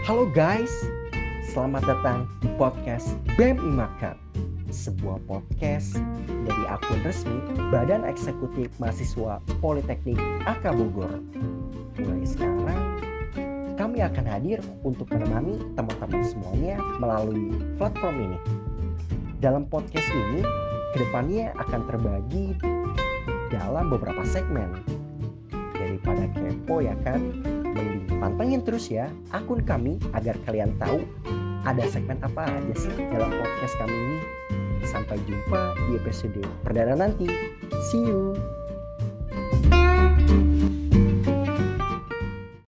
Halo guys, selamat datang di podcast BEM Imakat, sebuah podcast dari akun resmi Badan Eksekutif Mahasiswa Politeknik AK Bogor. Mulai sekarang, kami akan hadir untuk menemani teman-teman semuanya melalui platform ini. Dalam podcast ini, kedepannya akan terbagi dalam beberapa segmen. Daripada kepo ya kan, mending pantengin terus ya akun kami agar kalian tahu ada segmen apa aja sih dalam podcast kami ini. Sampai jumpa di episode perdana nanti. See you.